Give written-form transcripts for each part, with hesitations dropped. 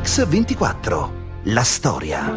Mix24. La storia.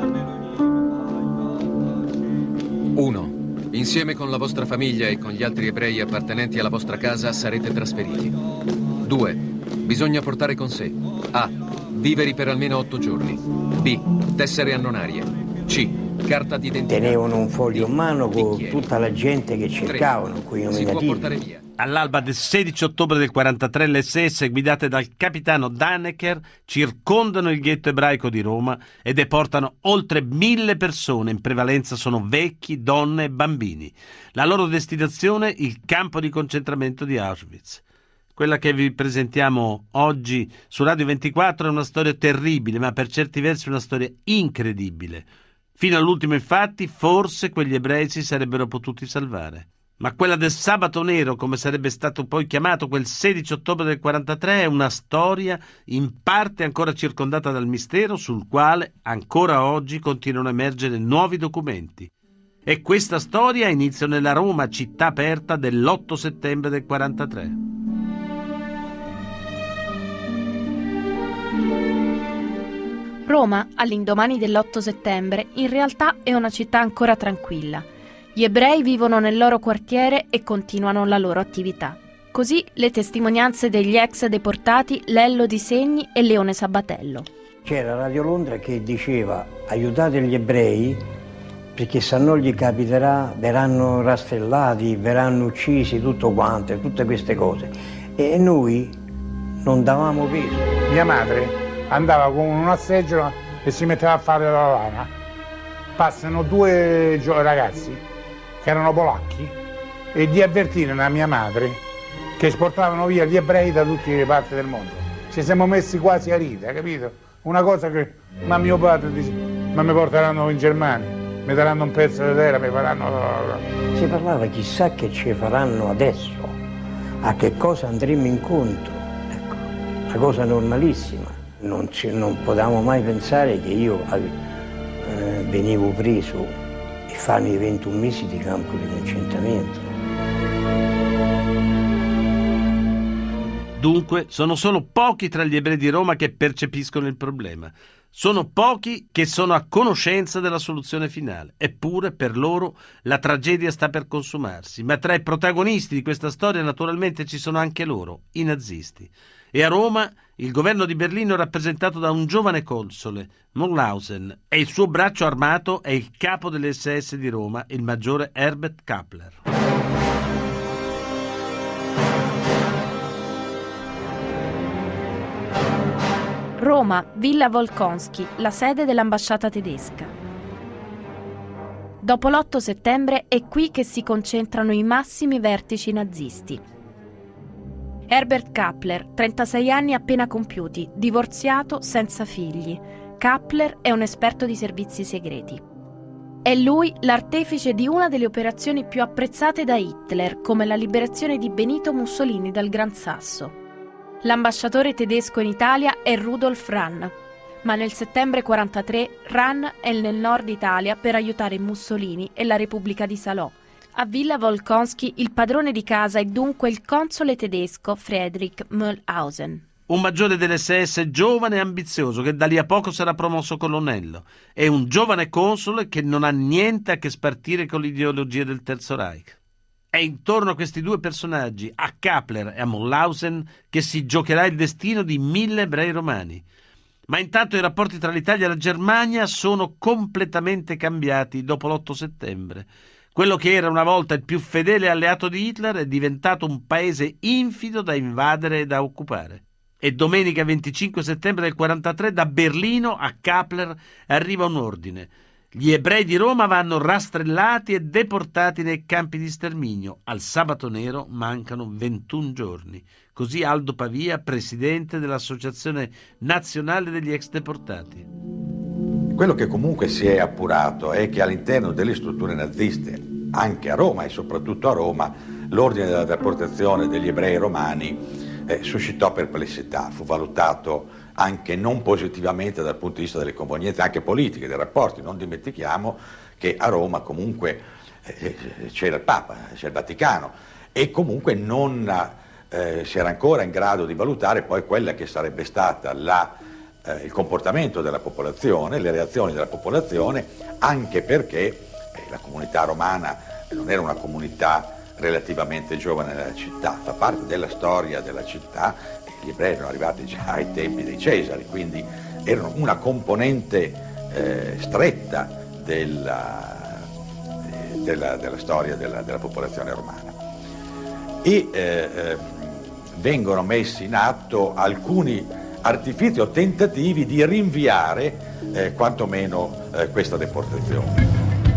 1. Insieme con la vostra famiglia e con gli altri ebrei appartenenti alla vostra casa sarete trasferiti. 2. Bisogna portare con sé A. Viveri per almeno 8 giorni. B. Tessere annonarie. C. Carta d'identità. Tenevano un foglio in mano con tutta la gente che cercavano, quei nominativi. Si può portare via. All'alba del 16 ottobre del 43 le SS, guidate dal capitano Dannecker, circondano il ghetto ebraico di Roma e deportano oltre 1000 persone, in prevalenza sono vecchi, donne e bambini. La loro destinazione, il campo di concentramento di Auschwitz. Quella che vi presentiamo oggi su Radio 24 è una storia terribile, ma per certi versi una storia incredibile. Fino all'ultimo, infatti, forse quegli ebrei si sarebbero potuti salvare. Ma quella del Sabato Nero, come sarebbe stato poi chiamato quel 16 ottobre del 43, è una storia in parte ancora circondata dal mistero, sul quale ancora oggi continuano a emergere nuovi documenti. E questa storia inizia nella Roma, città aperta, dell'8 settembre del 43. Roma, all'indomani dell'8 settembre, in realtà è una città ancora tranquilla. Gli ebrei vivono nel loro quartiere e continuano la loro attività. Così le testimonianze degli ex deportati Lello Di Segni e Leone Sabatello. C'era Radio Londra che diceva: aiutate gli ebrei perché se no gli capiterà, verranno rastrellati, verranno uccisi, tutto quanto, tutte queste cose. E noi non davamo peso. Mia madre andava con una seggiola e si metteva a fare la lana. Passano 2 ragazzi che erano polacchi e di avvertire la mia madre che esportavano via gli ebrei da tutte le parti del mondo. Ci siamo messi quasi a ridere, capito? Una cosa che, ma mio padre dice, ma mi porteranno in Germania, mi daranno un pezzo di terra, mi faranno... Si parlava chissà che ci faranno adesso, a che cosa andremo incontro, ecco, una cosa normalissima. Non potevamo mai pensare che io venivo preso e fanno i 21 mesi di campo di concentramento. Dunque, sono solo pochi tra gli ebrei di Roma che percepiscono il problema. Sono pochi che sono a conoscenza della soluzione finale. Eppure, per loro, la tragedia sta per consumarsi. Ma tra i protagonisti di questa storia, naturalmente, ci sono anche loro, i nazisti. E a Roma il governo di Berlino è rappresentato da un giovane console, Möllhausen, e il suo braccio armato è il capo delle SS di Roma, il maggiore Herbert Kappler. Roma, Villa Volkonsky, la sede dell'ambasciata tedesca. Dopo l'8 settembre è qui che si concentrano i massimi vertici nazisti. Herbert Kappler, 36 anni appena compiuti, divorziato, senza figli. Kappler è un esperto di servizi segreti. È lui l'artefice di una delle operazioni più apprezzate da Hitler, come la liberazione di Benito Mussolini dal Gran Sasso. L'ambasciatore tedesco in Italia è Rudolf Rahn, ma nel settembre 43 Rahn è nel nord Italia per aiutare Mussolini e la Repubblica di Salò. A Villa Volkonsky il padrone di casa è dunque il console tedesco Friedrich Möllhausen. Un maggiore dell'SS giovane e ambizioso che da lì a poco sarà promosso colonnello. È un giovane console che non ha niente a che spartire con l'ideologia del Terzo Reich. È intorno a questi due personaggi, a Kappler e a Möllhausen, che si giocherà il destino di 1000 ebrei romani. Ma intanto i rapporti tra l'Italia e la Germania sono completamente cambiati dopo l'8 settembre. Quello che era una volta il più fedele alleato di Hitler è diventato un paese infido da invadere e da occupare. E domenica 25 settembre del 43 da Berlino a Kappler arriva un ordine. Gli ebrei di Roma vanno rastrellati e deportati nei campi di sterminio. Al Sabato Nero mancano 21 giorni. Così Aldo Pavia, presidente dell'Associazione Nazionale degli Ex Deportati. Quello che comunque si è appurato è che all'interno delle strutture naziste, anche a Roma e soprattutto a Roma, l'ordine della deportazione degli ebrei romani suscitò perplessità, fu valutato anche non positivamente dal punto di vista delle convenienze, anche politiche, dei rapporti. Non dimentichiamo che a Roma comunque c'era il Papa, c'era il Vaticano e comunque non si era ancora in grado di valutare poi quella che sarebbe stata la il comportamento della popolazione, le reazioni della popolazione, anche perché la comunità romana non era una comunità relativamente giovane nella città, fa parte della storia della città. Gli ebrei erano arrivati già ai tempi dei Cesari, quindi erano una componente stretta della storia della popolazione romana. E vengono messi in atto alcuni artifici o tentativi di rinviare quantomeno questa deportazione.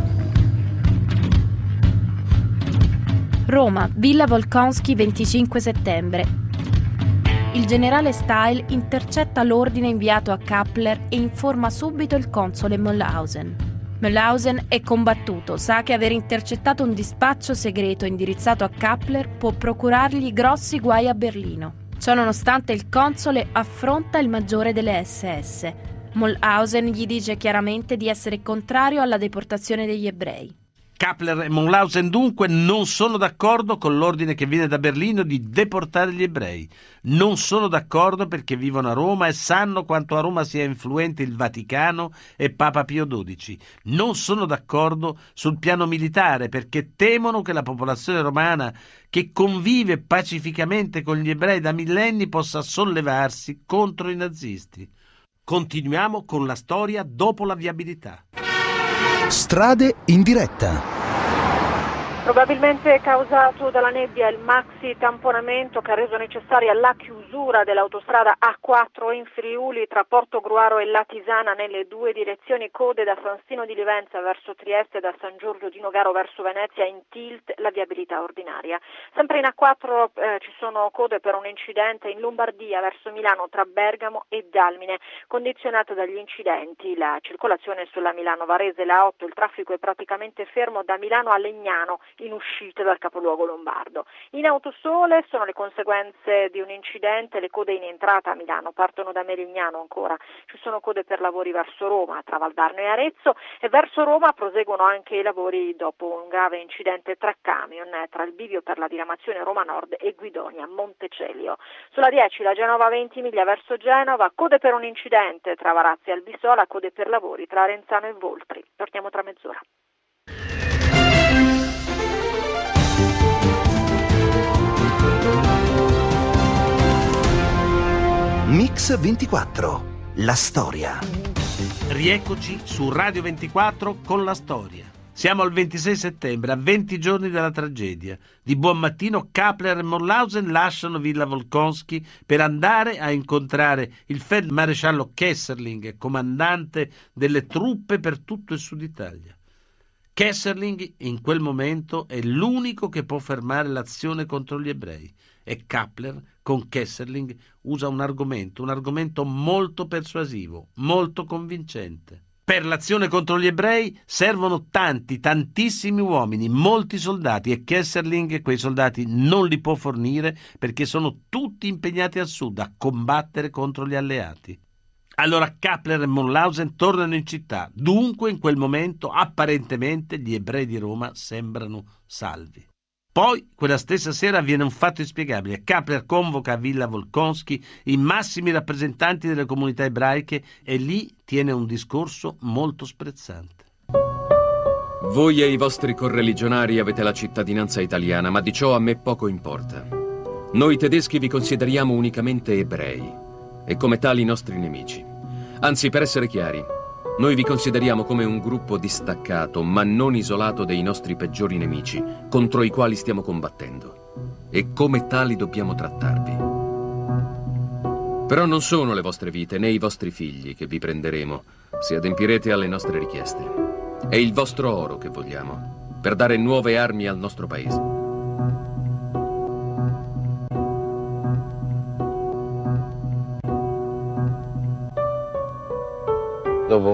Roma, Villa Volkonsky, 25 settembre. Il generale Style intercetta l'ordine inviato a Kappler e informa subito il console Mühlhausen. Mühlhausen è combattuto, sa che aver intercettato un dispaccio segreto indirizzato a Kappler può procurargli grossi guai a Berlino. Ciò nonostante il console affronta il maggiore delle SS. Mühlhausen gli dice chiaramente di essere contrario alla deportazione degli ebrei. Kappler e Mühlhausen dunque non sono d'accordo con l'ordine che viene da Berlino di deportare gli ebrei. Non sono d'accordo perché vivono a Roma e sanno quanto a Roma sia influente il Vaticano e Papa Pio XII. Non sono d'accordo sul piano militare perché temono che la popolazione romana, che convive pacificamente con gli ebrei da millenni, possa sollevarsi contro i nazisti. Continuiamo con la storia dopo la viabilità. Strade in diretta. Probabilmente causato dalla nebbia, il maxi tamponamento che ha reso necessaria la chiusura dell'autostrada A4 in Friuli tra Porto Gruaro e Latisana nelle due direzioni, code da San Stino di Livenza verso Trieste e da San Giorgio di Nogaro verso Venezia in tilt la viabilità ordinaria. Sempre in A4 ci sono code per un incidente in Lombardia verso Milano tra Bergamo e Dalmine, condizionata dagli incidenti. La circolazione sulla Milano-Varese, la A8, il traffico è praticamente fermo da Milano a Legnano in uscita dal capoluogo lombardo. In Autosole sono le conseguenze di un incidente, le code in entrata a Milano partono da Merignano ancora, ci sono code per lavori verso Roma, tra Valdarno e Arezzo, e verso Roma proseguono anche i lavori dopo un grave incidente tra camion tra il bivio per la diramazione Roma Nord e Guidonia Montecelio. Sulla 10 la Genova Ventimiglia verso Genova, code per un incidente tra Varazze e Albisola, code per lavori tra Arenzano e Voltri. Torniamo tra mezz'ora. Mix 24, la storia. Rieccoci su Radio 24 con la storia. Siamo al 26 settembre, a 20 giorni dalla tragedia. Di buon mattino Kappler e Mühlhausen lasciano Villa Volkonsky per andare a incontrare il feldmaresciallo Kesselring, comandante delle truppe per tutto il sud Italia. Kesselring in quel momento è l'unico che può fermare l'azione contro gli ebrei e Kappler con Kesselring usa un argomento molto persuasivo, molto convincente. Per l'azione contro gli ebrei servono tantissimi uomini, molti soldati e Kesselring quei soldati non li può fornire perché sono tutti impegnati al sud a combattere contro gli alleati. Allora Kappler e Mühlhausen tornano in città, dunque in quel momento apparentemente gli ebrei di Roma sembrano salvi. Poi, quella stessa sera avviene un fatto inspiegabile. Kappler convoca a Villa Volkonsky i massimi rappresentanti delle comunità ebraiche e lì tiene un discorso molto sprezzante. Voi e i vostri correligionari avete la cittadinanza italiana, ma di ciò a me poco importa. Noi tedeschi vi consideriamo unicamente ebrei e come tali nostri nemici. Anzi, per essere chiari, noi vi consideriamo come un gruppo distaccato, ma non isolato dei nostri peggiori nemici, contro i quali stiamo combattendo. E come tali dobbiamo trattarvi. Però non sono le vostre vite né i vostri figli che vi prenderemo, se adempirete alle nostre richieste. È il vostro oro che vogliamo, per dare nuove armi al nostro paese. Dopo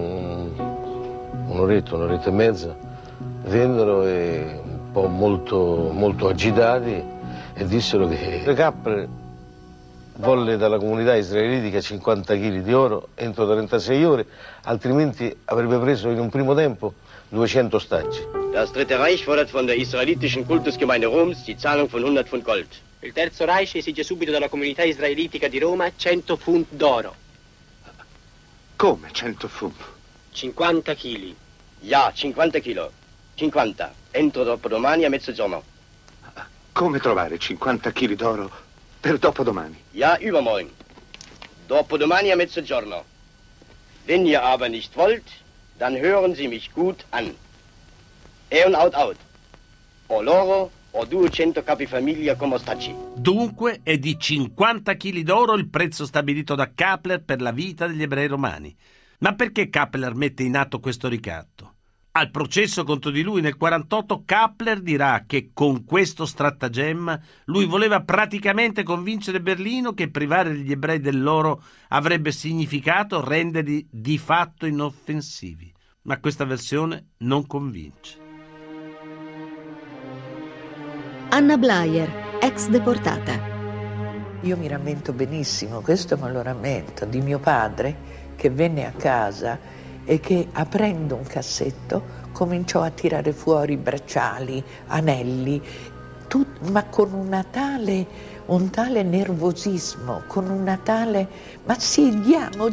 un'oretta e mezza, vennero un po' molto agitati e dissero che Kappler volle dalla comunità israelitica 50 kg di oro entro 36 ore, altrimenti avrebbe preso in un primo tempo 200 ostaggi. Das Dritte Reich fordert von der israelitischen Kultusgemeinde Roms die Zahlung von 100 Pfund Gold. Il Terzo Reich esige subito dalla comunità israelitica di Roma 100 pfund d'oro. Come 100 Pfund? 50 kg. Ja, 50 kilo. 50. Entro dopodomani a mezzogiorno. Come trovare 50 kg d'oro per dopodomani? Ja, übermorgen. Dopodomani a mezzogiorno. Wenn ihr aber nicht wollt, dann hören Sie mich gut an. È un out. O loro o 200 capifamiglia come ostacci. Dunque è di 50 kg d'oro il prezzo stabilito da Kappler per la vita degli ebrei romani. Ma perché Kappler mette in atto questo ricatto? Al processo contro di lui nel 48 Kappler dirà che con questo stratagemma lui voleva praticamente convincere Berlino che privare gli ebrei dell'oro avrebbe significato renderli di fatto inoffensivi. Ma questa versione non convince. Anna Bleier, ex deportata. Io mi rammento benissimo, questo me lo rammento, di mio padre che venne a casa e che aprendo un cassetto cominciò a tirare fuori bracciali, anelli, ma con un tale nervosismo, con una tale... ma sì, diamo.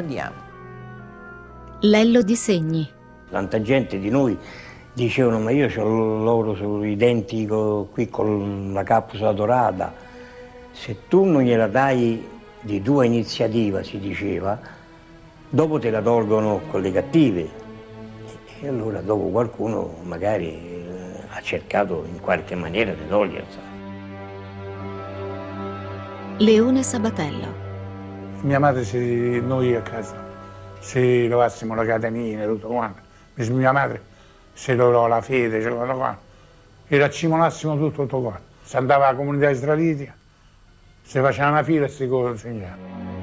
Lello Di Segni. Tanta gente di noi dicevano ma io ho l'oro sui denti qui con la capsula dorata, se tu non gliela dai di tua iniziativa, si diceva, dopo te la tolgono con le cattive. E allora dopo qualcuno magari ha cercato in qualche maniera di togliersela. Leone Sabatello. Mia madre, se noi a casa se levassimo la catenina e tutto quanto, mia madre se levò la fede, e raccimolassimo tutto qua. Si andava alla comunità israelitica, si faceva una fila e si consegnava.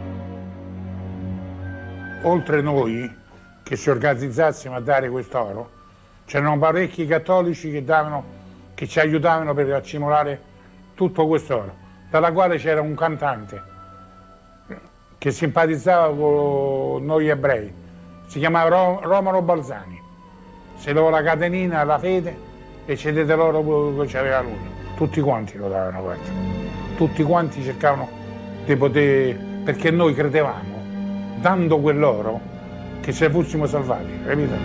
Oltre noi, che ci organizzassimo a dare quest'oro, c'erano parecchi cattolici che ci aiutavano per raccimolare tutto quest'oro, dalla quale c'era un cantante che simpatizzava con noi ebrei, si chiamava Romano Balzani. Se levò la catenina, la fede e cedete l'oro che c'aveva lui. Tutti quanti lo davano, guarda. Tutti quanti cercavano di poter, perché noi credevamo, dando quell'oro, che se fossimo salvati, capito?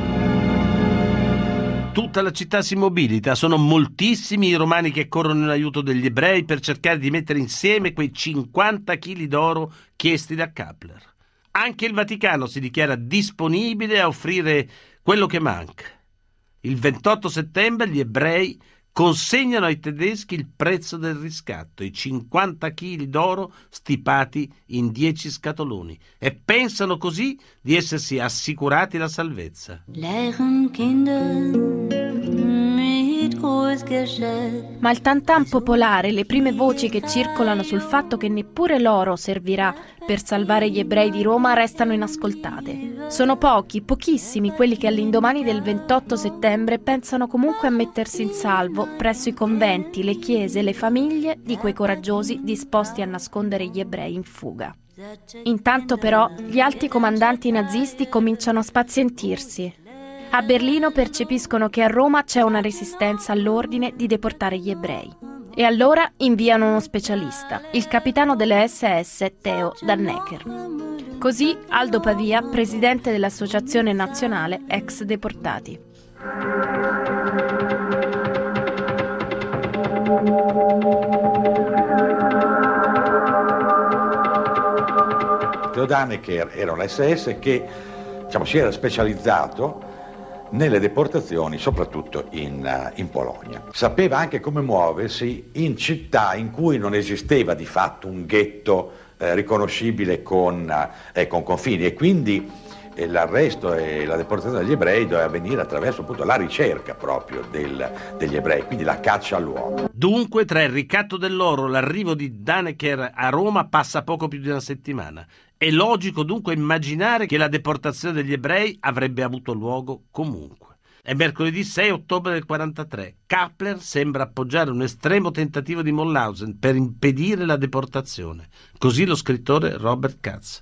Tutta la città si mobilita, sono moltissimi i romani che corrono in aiuto degli ebrei per cercare di mettere insieme quei 50 kg d'oro chiesti da Kappler. Anche il Vaticano si dichiara disponibile a offrire quello che manca. Il 28 settembre gli ebrei consegnano ai tedeschi il prezzo del riscatto, i 50 kg d'oro stipati in 10 scatoloni, e pensano così di essersi assicurati la salvezza. Ma il tantan popolare, le prime voci che circolano sul fatto che neppure l'oro servirà per salvare gli ebrei di Roma restano inascoltate. Sono pochissimi quelli che all'indomani del 28 settembre pensano comunque a mettersi in salvo presso i conventi, le chiese, le famiglie di quei coraggiosi disposti a nascondere gli ebrei in fuga. Intanto però gli alti comandanti nazisti cominciano a spazientirsi. A Berlino percepiscono che a Roma c'è una resistenza all'ordine di deportare gli ebrei. E allora inviano uno specialista, il capitano delle SS Theo Dannecker. Così Aldo Pavia, presidente dell'Associazione Nazionale Ex Deportati. Theo Dannecker era un SS che si era specializzato nelle deportazioni, soprattutto in Polonia. Sapeva anche come muoversi in città in cui non esisteva di fatto un ghetto riconoscibile con confini, e quindi l'arresto e la deportazione degli ebrei doveva avvenire attraverso appunto la ricerca proprio degli ebrei, quindi la caccia all'uomo. Dunque tra il ricatto dell'oro e l'arrivo di Dannecker a Roma passa poco più di una settimana. È logico dunque immaginare che la deportazione degli ebrei avrebbe avuto luogo comunque. È mercoledì 6 ottobre del 43. Kappler sembra appoggiare un estremo tentativo di Mollhausen per impedire la deportazione. Così lo scrittore Robert Katz.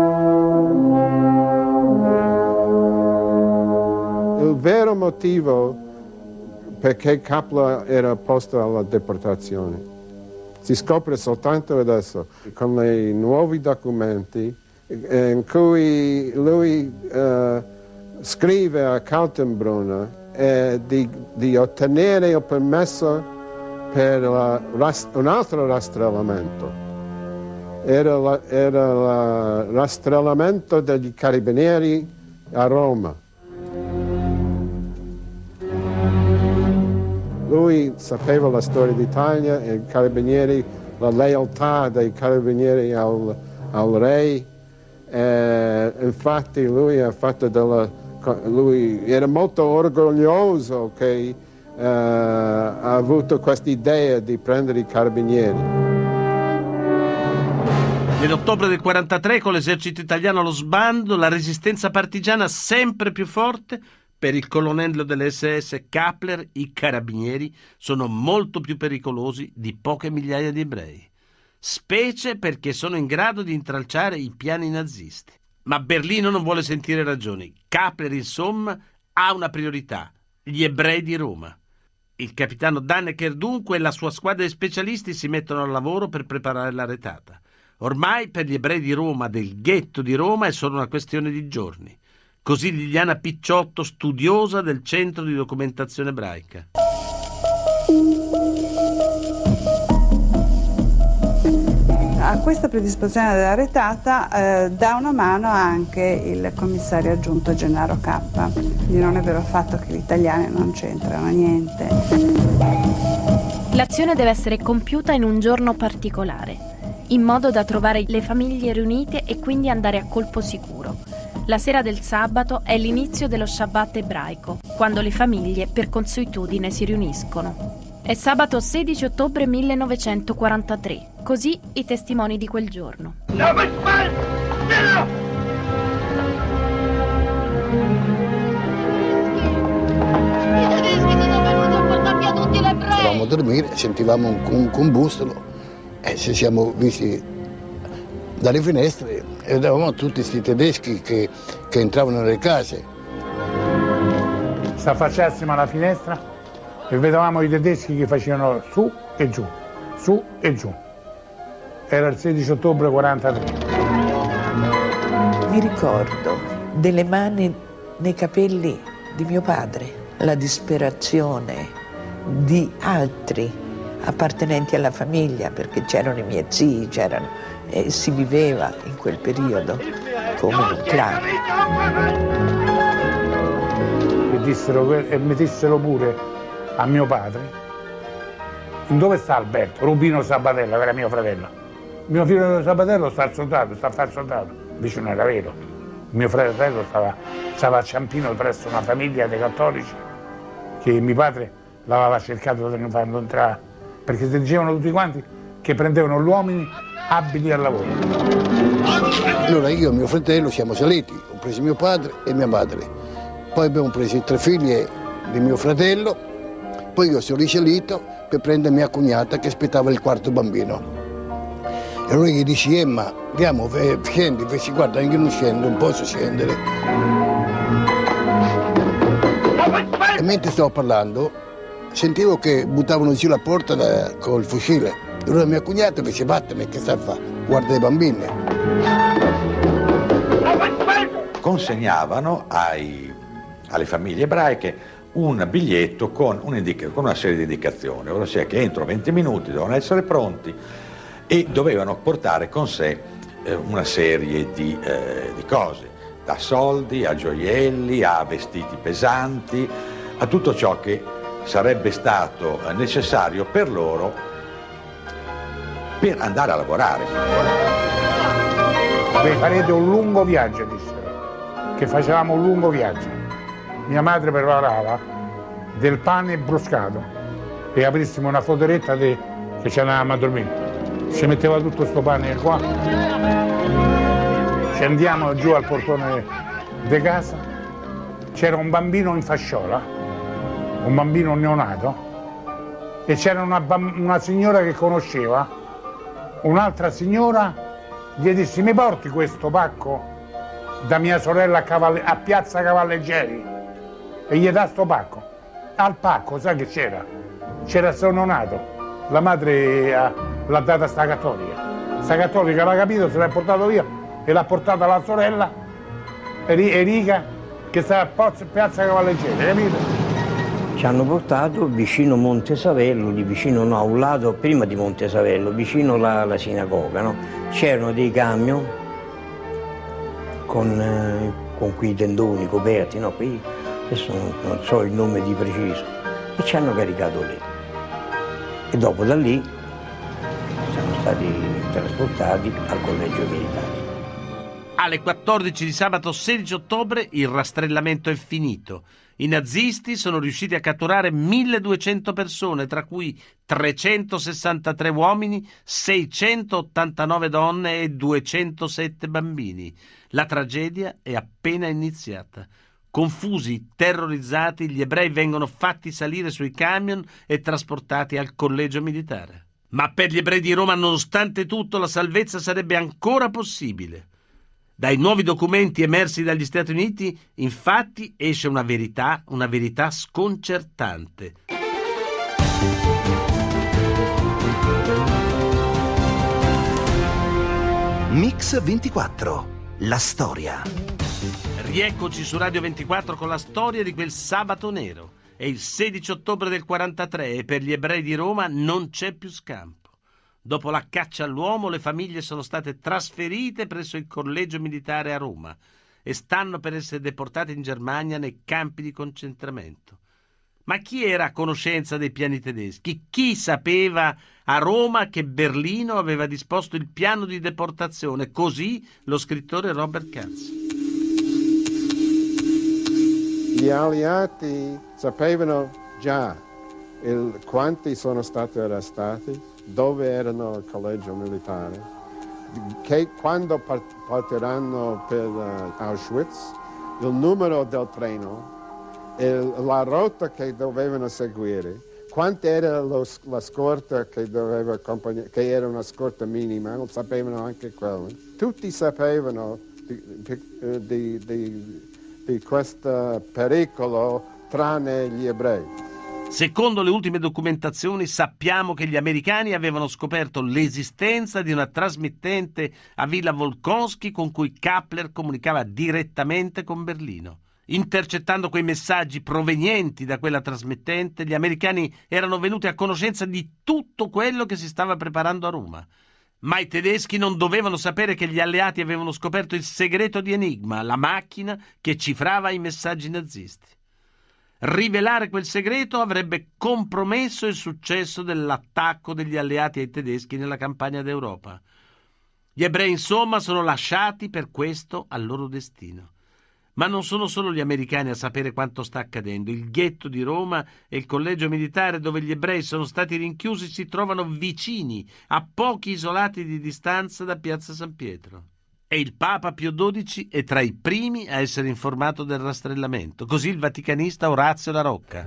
Il vero motivo perché Kappler era opposto alla deportazione si scopre soltanto adesso, con i nuovi documenti in cui lui scrive a Kaltenbrunner di ottenere il permesso per un altro rastrellamento. Era il rastrellamento degli carabinieri a Roma. Lui sapeva la storia d'Italia e i carabinieri, la lealtà dei carabinieri al re. Infatti lui era molto orgoglioso che ha avuto questa idea di prendere i carabinieri. Nell'ottobre del 1943, con l'esercito italiano allo sbando, la resistenza partigiana sempre più forte, per il colonnello delle SS Kappler i carabinieri sono molto più pericolosi di poche migliaia di ebrei, specie perché sono in grado di intralciare i piani nazisti. Ma Berlino non vuole sentire ragioni. Kappler, insomma, ha una priorità: gli ebrei di Roma. Il capitano Dannecker dunque e la sua squadra di specialisti si mettono al lavoro per preparare la retata. Ormai per gli ebrei di Roma, del ghetto di Roma, è solo una questione di giorni. Così Liliana Picciotto, studiosa del Centro di Documentazione Ebraica. A questa predisposizione della retata dà una mano anche il commissario aggiunto Gennaro Cappa. Quindi non è vero affatto che gli italiani non c'entrano niente. L'azione deve essere compiuta in un giorno particolare, in modo da trovare le famiglie riunite e quindi andare a colpo sicuro. La sera del sabato è l'inizio dello Shabbat ebraico, quando le famiglie per consuetudine si riuniscono. È sabato 16 ottobre 1943, così i testimoni di quel giorno. Stavamo a dormire, sentivamo un combustolo e ci siamo visti dalle finestre e vedevamo tutti questi tedeschi che entravano nelle case. Se affacciassimo alla finestra e vedevamo i tedeschi che facevano su e giù, su e giù. Era il 16 ottobre 1943. Mi ricordo delle mani nei capelli di mio padre, la disperazione di altri appartenenti alla famiglia, perché c'erano i miei zii, e si viveva in quel periodo come un clan. E mettessero pure a mio padre: dove sta Alberto? Rubino Sabatello, che era mio fratello. Mio figlio Sabatello sta a fare soldato, invece non era vero. Mio fratello stava a Ciampino presso una famiglia dei cattolici che mio padre l'aveva cercato di farlo entrare, perché si dicevano tutti quanti che prendevano gli uomini abili al lavoro. Allora io e mio fratello siamo saliti, ho preso mio padre e mia madre, poi abbiamo preso i 3 figlie di mio fratello, poi io sono risalito per prendere mia cognata che aspettava il 4º bambino. E allora gli dissi: Emma, andiamo, scendi, guarda, io non scendo, non posso scendere. E mentre stavo parlando, sentivo che buttavano giù la porta col fucile. E allora mia cognata mi dice: vattene, che sta a fare? Guarda i bambini. Consegnavano alle famiglie ebraiche un biglietto con una serie di indicazioni, ossia che entro 20 minuti dovevano essere pronti e dovevano portare con sé una serie di cose, da soldi a gioielli, a vestiti pesanti, a tutto ciò che sarebbe stato necessario per loro per andare a lavorare. Vi farete un lungo viaggio, dissero, che facevamo un lungo viaggio. Mia madre preparava del pane broscato e aprissimo una fotoretta che ci andavamo a dormire. Ci metteva tutto sto pane qua, ci andiamo giù al portone di casa, c'era un bambino in fasciola, un bambino neonato, e c'era una signora che conosceva, un'altra signora gli disse: mi porti questo pacco da mia sorella a Piazza Cavalleggeri? E gli dà sto pacco. Al pacco, sai che c'era? C'era sto neonato. La madre l'ha data sta cattolica l'ha capito, se l'ha portato via e l'ha portata la sorella Erika che sta a Piazza Cavalleggere, capito? Ci hanno portato vicino Montesavello, vicino a un lato prima di Montesavello, vicino alla sinagoga, no? C'erano dei camion con quei tendoni coperti, no? Qui adesso non so il nome di preciso, e ci hanno caricato lì. E dopo da lì siamo stati trasportati al collegio militare. Alle 14 di sabato 16 ottobre il rastrellamento è finito. I nazisti sono riusciti a catturare 1200 persone, tra cui 363 uomini, 689 donne e 207 bambini. La tragedia è appena iniziata. Confusi, terrorizzati, gli ebrei vengono fatti salire sui camion e trasportati al collegio militare. Ma per gli ebrei di Roma, nonostante tutto, la salvezza sarebbe ancora possibile. Dai nuovi documenti emersi dagli Stati Uniti, infatti, esce una verità sconcertante. Mix 24, la storia. Rieccoci su Radio 24 con la storia di quel sabato nero. È il 16 ottobre del 43 e per gli ebrei di Roma non c'è più scampo. Dopo la caccia all'uomo, le famiglie sono state trasferite presso il collegio militare a Roma e stanno per essere deportate in Germania nei campi di concentramento. Ma chi era a conoscenza dei piani tedeschi? Chi sapeva a Roma che Berlino aveva disposto il piano di deportazione? Così lo scrittore Robert Katz. Gli alleati sapevano già quanti sono stati arrestati, dove erano al collegio militare, che quando partiranno per Auschwitz, il numero del treno, la rotta che dovevano seguire, quanto era la scorta che doveva accompagnare, che era una scorta minima, lo sapevano anche quello. Tutti sapevano di questo pericolo tranne gli ebrei. Secondo le ultime documentazioni sappiamo che gli americani avevano scoperto l'esistenza di una trasmittente a Villa Volkonsky con cui Kappler comunicava direttamente con Berlino. Intercettando quei messaggi provenienti da quella trasmittente, gli americani erano venuti a conoscenza di tutto quello che si stava preparando a Roma. Ma i tedeschi non dovevano sapere che gli alleati avevano scoperto il segreto di Enigma, la macchina che cifrava i messaggi nazisti. Rivelare quel segreto avrebbe compromesso il successo dell'attacco degli alleati ai tedeschi nella campagna d'Europa. Gli ebrei, insomma, sono lasciati per questo al loro destino. Ma non sono solo gli americani a sapere quanto sta accadendo. Il ghetto di Roma e il collegio militare dove gli ebrei sono stati rinchiusi si trovano vicini, a pochi isolati di distanza da Piazza San Pietro. E il Papa Pio XII è tra i primi a essere informato del rastrellamento. Così il vaticanista Orazio La Rocca.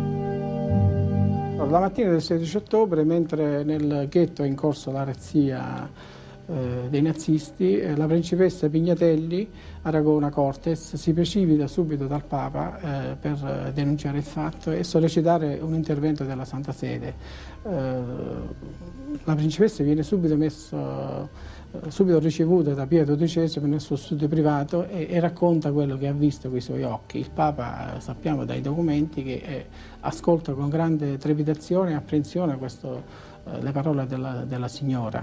La mattina del 16 ottobre, mentre nel ghetto è in corso la razzia dei nazisti, la principessa Pignatelli, Aragona Cortes, si precipita subito dal Papa per denunciare il fatto e sollecitare un intervento della Santa Sede. La principessa viene subito ricevuta da Pio XII nel suo studio privato e racconta quello che ha visto con i suoi occhi. Il Papa, sappiamo dai documenti, che ascolta con grande trepidazione e apprensione le parole della signora.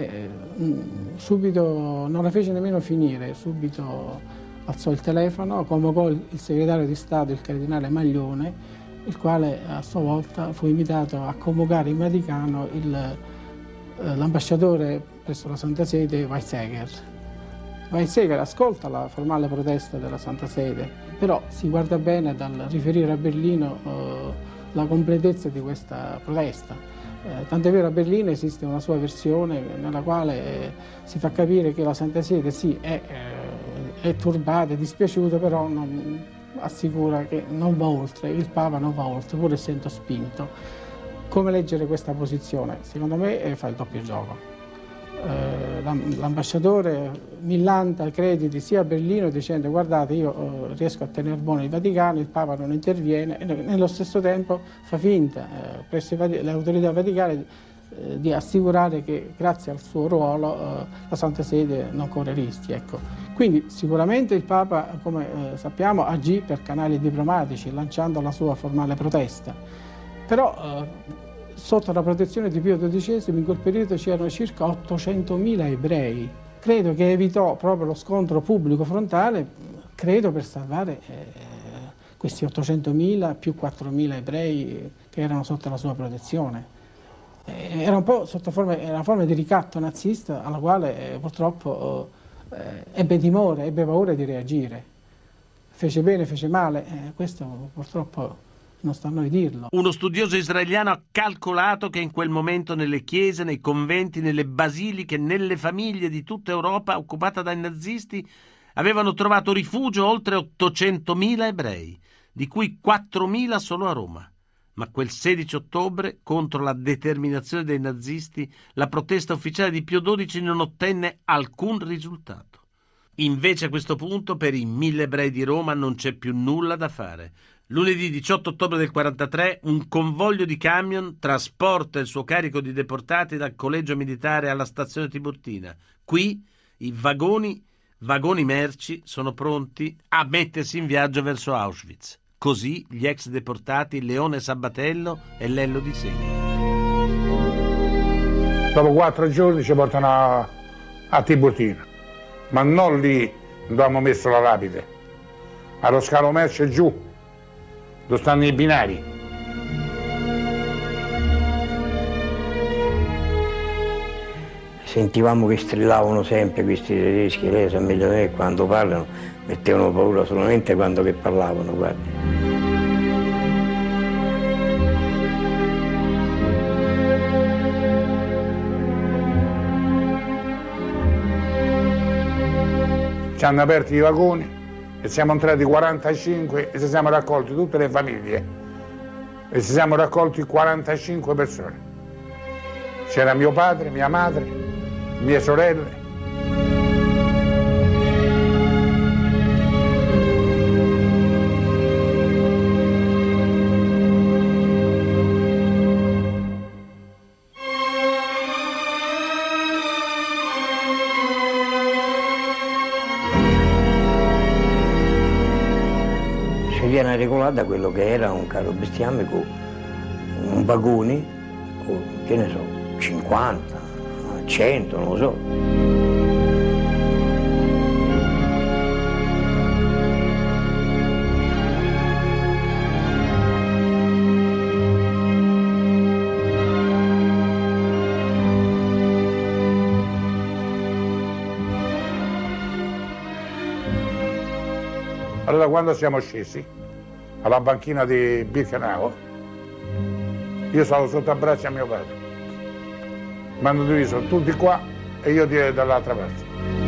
Subito non la fece nemmeno finire, subito alzò il telefono, convocò il segretario di Stato, il cardinale Maglione, il quale a sua volta fu invitato a convocare in Vaticano l'ambasciatore presso la Santa Sede Weizsäcker. Weizsäcker ascolta la formale protesta della Santa Sede, però si guarda bene dal riferire a Berlino la completezza di questa protesta. Tant'è vero, a Berlino esiste una sua versione nella quale si fa capire che la Santa Sede sì è turbata, è dispiaciuta, però assicura che non va oltre, il Papa non va oltre, pur essendo spinto. Come leggere questa posizione? Secondo me fa il doppio gioco. L'ambasciatore millanta crediti sia a Berlino dicendo: guardate, io riesco a tenere buono il Vaticano, il Papa non interviene, e nello stesso tempo fa finta presso le autorità vaticane di assicurare che grazie al suo ruolo la Santa Sede non corre rischi. Ecco. Quindi sicuramente il Papa, come sappiamo, agì per canali diplomatici lanciando la sua formale protesta, però sotto la protezione di Pio XII in quel periodo c'erano circa 800.000 ebrei. Credo che evitò proprio lo scontro pubblico frontale, credo per salvare questi 800.000 più 4.000 ebrei che erano sotto la sua protezione. Era un po' sotto una forma di ricatto nazista alla quale purtroppo ebbe timore, ebbe paura di reagire. Fece bene, fece male, questo purtroppo non sta a noi dirlo. Uno studioso israeliano ha calcolato che in quel momento nelle chiese, nei conventi, nelle basiliche, nelle famiglie di tutta Europa occupata dai nazisti avevano trovato rifugio oltre 800.000 ebrei, di cui 4.000 solo a Roma. Ma quel 16 ottobre, contro la determinazione dei nazisti, la protesta ufficiale di Pio XII non ottenne alcun risultato. Invece a questo punto per i 1.000 ebrei di Roma non c'è più nulla da fare. Lunedì 18 ottobre del 1943 un convoglio di camion trasporta il suo carico di deportati dal collegio militare alla stazione Tiburtina. Qui i vagoni merci sono pronti a mettersi in viaggio verso Auschwitz. Così gli ex deportati Leone Sabatello e Lello Di Segni. Dopo 4 giorni ci portano a Tiburtina, ma non lì dove abbiamo messo la lapide, allo scalo merce giù, dove stanno i binari. Sentivamo che strillavano sempre questi tedeschi, lei sa meglio di me, quando parlano mettevano paura solamente quando che parlavano, guardi. Ci hanno aperto i vagoni e siamo entrati 45 e ci siamo raccolti tutte le famiglie e ci siamo raccolti 45 persone. C'era mio padre, mia madre, mie sorelle. Viene regolata quello che era un carro bestiame con un vagone, con, che ne so, 50, 100, non lo so. Allora quando siamo scesi alla banchina di Birkenau, io stavo sotto a braccio a mio padre. Mi hanno diviso tutti qua e io dall'altra parte.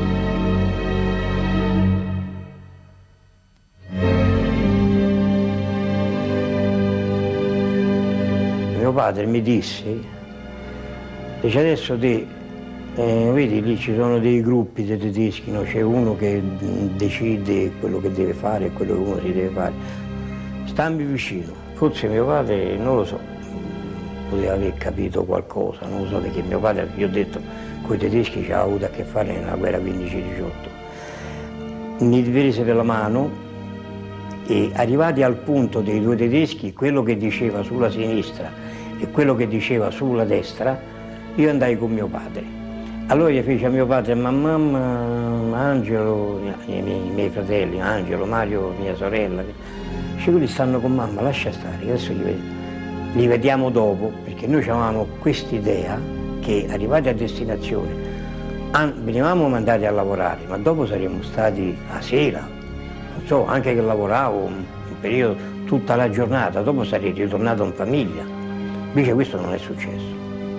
Mio padre mi disse, dice adesso te, vedi lì ci sono dei gruppi di tedeschi, no? C'è uno che decide quello che deve fare e quello che uno si deve fare. Stammi vicino, forse mio padre, non lo so, poteva aver capito qualcosa, non lo so, perché mio padre, vi ho detto, con i tedeschi ci aveva avuto a che fare nella guerra 15-18. Mi prese per la mano e arrivati al punto dei due tedeschi, quello che diceva sulla sinistra e quello che diceva sulla destra, io andai con mio padre. Allora gli fece a mio padre, ma mamma, Angelo, i miei fratelli, Angelo, Mario, mia sorella, quelli stanno con mamma, lascia stare, adesso li vediamo dopo, perché noi avevamo quest'idea che arrivati a destinazione venivamo mandati a lavorare, ma dopo saremmo stati a sera, non so, anche che lavoravo un periodo tutta la giornata, dopo sarei ritornato in famiglia. Invece questo non è successo.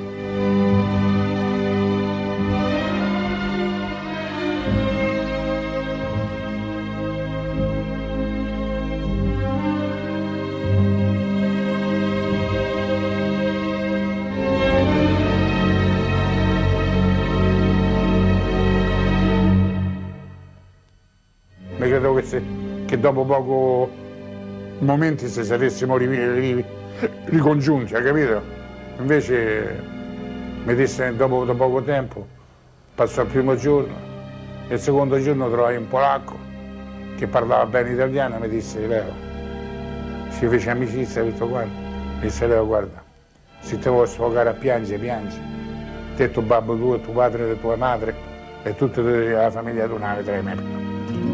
Credo che dopo poco momenti se saressimo ricongiunti, hai capito? Invece Mi disse dopo poco tempo, passò il primo giorno, e il secondo giorno trovai un polacco che parlava bene italiano e mi disse: Leo, ci fece amicizia e tutto quanto. Mi disse: Leo, guarda, se te vuoi sfogare a piangere, piangi. Te, tuo babbo tuo, tuo padre e tua madre e tutta la famiglia tua ne vedrai mai più.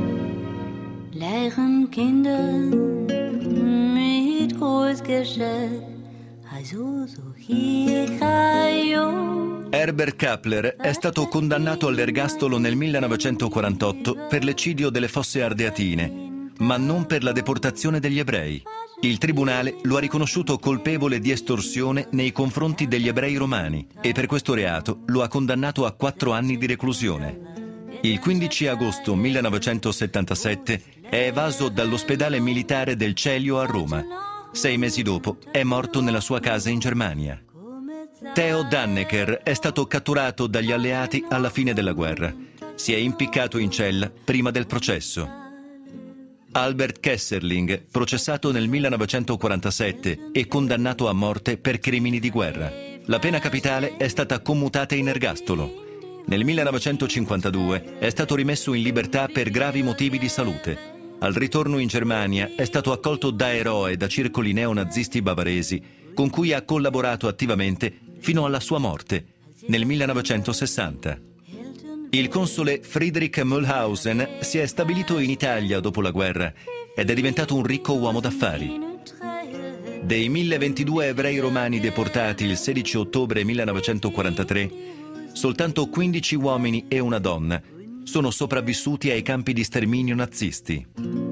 Leeren Kinder mit Großgeschäft, also so hier Herbert Kappler è stato condannato all'ergastolo nel 1948 per l'eccidio delle Fosse Ardeatine, ma non per la deportazione degli ebrei. Il tribunale lo ha riconosciuto colpevole di estorsione nei confronti degli ebrei romani e per questo reato lo ha condannato a 4 anni di reclusione. Il 15 agosto 1977 è evaso dall'ospedale militare del Celio a Roma. 6 mesi dopo è morto nella sua casa in Germania. Theo Dannecker è stato catturato dagli alleati alla fine della guerra. Si è impiccato in cella prima del processo. Albert Kesserling, processato nel 1947 e condannato a morte per crimini di guerra. La pena capitale è stata commutata in ergastolo. Nel 1952 è stato rimesso in libertà per gravi motivi di salute. Al ritorno in Germania è stato accolto da eroe da circoli neonazisti bavaresi, con cui ha collaborato attivamente fino alla sua morte, nel 1960. Il console Friedrich Mühlhausen si è stabilito in Italia dopo la guerra ed è diventato un ricco uomo d'affari. Dei 1022 ebrei romani deportati il 16 ottobre 1943, soltanto 15 uomini e una donna sono sopravvissuti ai campi di sterminio nazisti.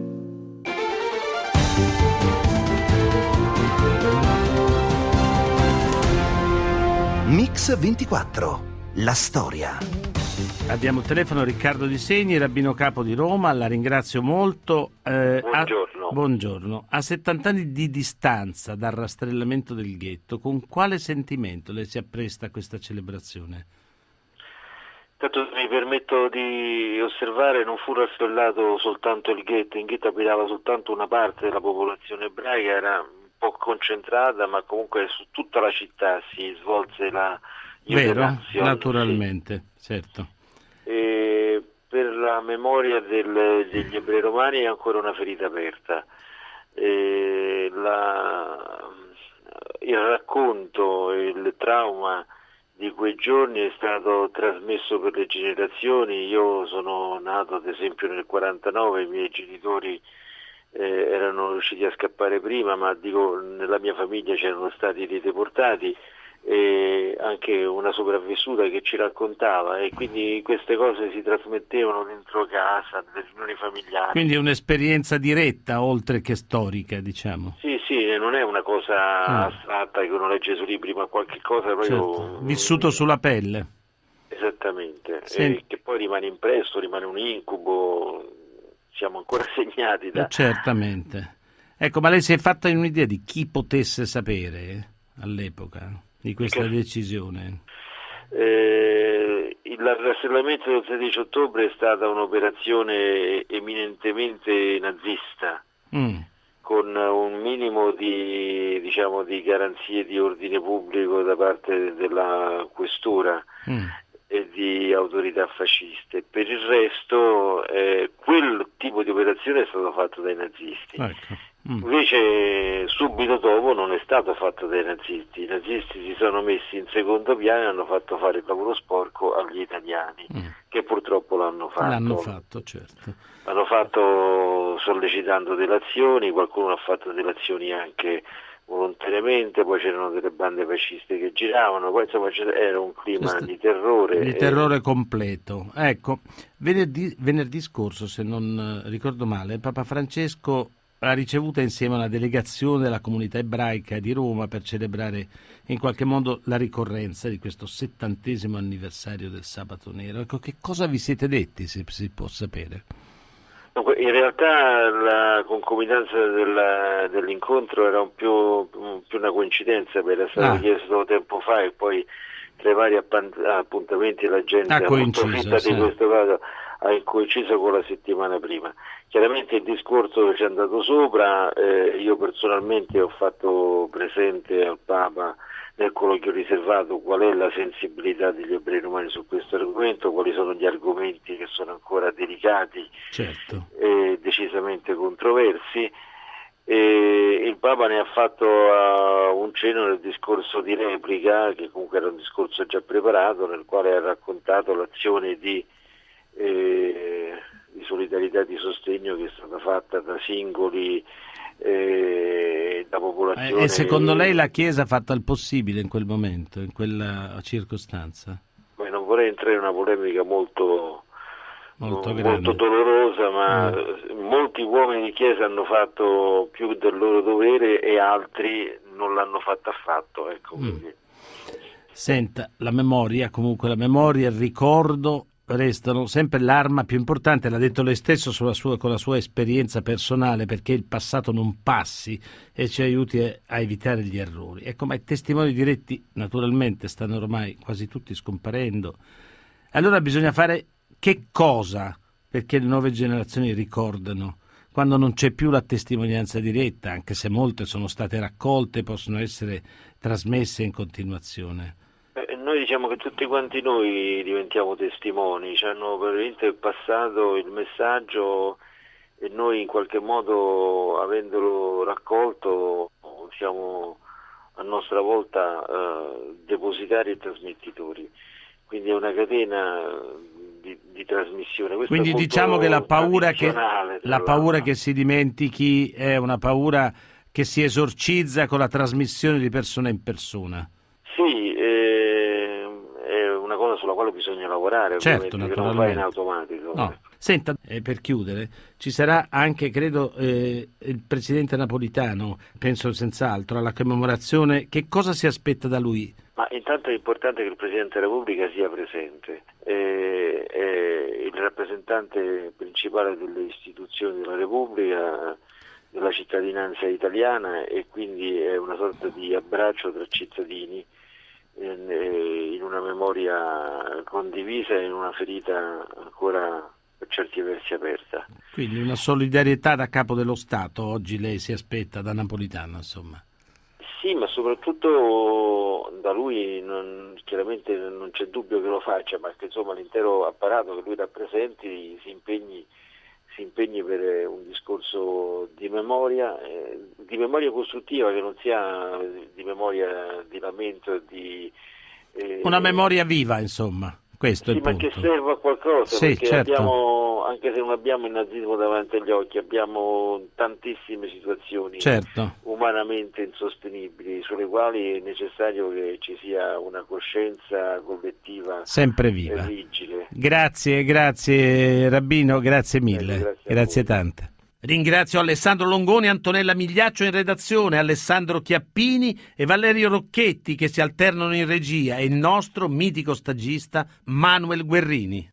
Mix 24, la storia. Abbiamo il telefono Riccardo Di Segni, rabbino capo di Roma, la ringrazio molto. Buongiorno. Buongiorno. A 70 anni di distanza dal rastrellamento del ghetto, con quale sentimento lei si appresta a questa celebrazione? Intanto mi permetto di osservare, non fu rastrellato soltanto il ghetto, in ghetto abitava soltanto una parte della popolazione ebraica, era un po' concentrata, ma comunque su tutta la città si svolse la Vero, naturalmente, sì. Certo. E per la memoria degli ebrei romani è ancora una ferita aperta. Il racconto, il trauma di quei giorni è stato trasmesso per le generazioni. Io sono nato ad esempio nel 49, i miei genitori erano riusciti a scappare prima, ma dico, nella mia famiglia c'erano stati dei deportati e anche una sopravvissuta che ci raccontava, e quindi queste cose si trasmettevano dentro casa, nelle riunioni familiari. Quindi è un'esperienza diretta oltre che storica, diciamo. Sì, non è una cosa astratta che uno legge sui libri, ma qualche cosa proprio... Certo. Vissuto sulla pelle. Esattamente, Sì. E che poi rimane impresso, rimane un incubo, siamo ancora segnati da... Certamente. Ecco, ma lei si è fatta un'idea di chi potesse sapere all'epoca di questa decisione? Il rastrellamento del 16 ottobre è stata un'operazione eminentemente nazista, con un minimo di garanzie di ordine pubblico da parte della questura e di autorità fasciste. Per il resto quel tipo di operazione è stato fatto dai nazisti. Ecco. Invece subito dopo non è stato fatto dai nazisti. I nazisti si sono messi in secondo piano e hanno fatto fare il lavoro sporco agli italiani, che purtroppo l'hanno fatto. L'hanno fatto, certo. L'hanno fatto sollecitando delazioni, qualcuno ha fatto delazioni anche volontariamente, poi c'erano delle bande fasciste che giravano, poi insomma era un clima di terrore. Di terrore completo. Ecco, venerdì scorso, se non ricordo male, Papa Francesco ha ricevuto insieme a una delegazione della comunità ebraica di Roma per celebrare in qualche modo la ricorrenza di questo 70° anniversario del Sabato Nero. Ecco, che cosa vi siete detti, se si può sapere? In realtà la concomitanza dell'incontro era più una coincidenza, perché era stato chiesto tempo fa e poi tra i vari appuntamenti la gente approfitta di questo caso. ha incoinciso con la settimana prima. Chiaramente il discorso ci è andato sopra, io personalmente ho fatto presente al Papa nel colloquio riservato qual è la sensibilità degli ebrei romani su questo argomento, quali sono gli argomenti che sono ancora delicati e decisamente controversi. E il Papa ne ha fatto un cenno nel discorso di replica, che comunque era un discorso già preparato, nel quale ha raccontato l'azione di solidarietà e di sostegno che è stata fatta da singoli, da popolazione. E secondo lei la Chiesa ha fatto il possibile in quel momento, in quella circostanza? Beh, non vorrei entrare in una polemica molto dolorosa, ma molti uomini di Chiesa hanno fatto più del loro dovere e altri non l'hanno fatto affatto. Ecco. Senta, la memoria, comunque la memoria e il ricordo restano sempre l'arma più importante, l'ha detto lei stesso con la sua esperienza personale, perché il passato non passi e ci aiuti a evitare gli errori. Ecco, ma i testimoni diretti naturalmente stanno ormai quasi tutti scomparendo. Allora bisogna fare che cosa perché le nuove generazioni ricordano, quando non c'è più la testimonianza diretta, anche se molte sono state raccolte e possono essere trasmesse in continuazione? Noi diciamo che tutti quanti noi diventiamo testimoni, ci hanno veramente passato il messaggio e noi in qualche modo, avendolo raccolto, siamo a nostra volta depositari e trasmettitori, quindi è una catena di trasmissione. Questo quindi diciamo che la paura che si dimentichi è una paura che si esorcizza con la trasmissione di persona in persona. Sì, è una cosa sulla quale bisogna lavorare, certo, che non fa in automatico. No. Senta, per chiudere, ci sarà anche, credo, il Presidente Napolitano, penso senz'altro, alla commemorazione. Che cosa si aspetta da lui? Ma intanto è importante che il Presidente della Repubblica sia presente, è il rappresentante principale delle istituzioni della Repubblica, della cittadinanza italiana, e quindi è una sorta di abbraccio tra cittadini in una memoria condivisa e in una ferita ancora per certi versi aperta. Quindi una solidarietà da capo dello Stato oggi lei si aspetta da Napolitano, insomma. Sì, ma soprattutto da lui chiaramente non c'è dubbio che lo faccia, ma che insomma l'intero apparato che lui rappresenti si impegni per un discorso di memoria costruttiva, che non sia di memoria di lamento e di una memoria viva, insomma. Questo è il punto. Ma che serva a qualcosa, sì, perché certo. abbiamo, anche se non abbiamo il nazismo davanti agli occhi, abbiamo tantissime situazioni umanamente insostenibili, sulle quali è necessario che ci sia una coscienza collettiva sempre viva. E vigile. Grazie Rabbino, grazie mille, grazie tante. Ringrazio Alessandro Longoni, Antonella Migliaccio in redazione, Alessandro Chiappini e Valerio Rocchetti che si alternano in regia e il nostro mitico stagista Manuel Guerrini.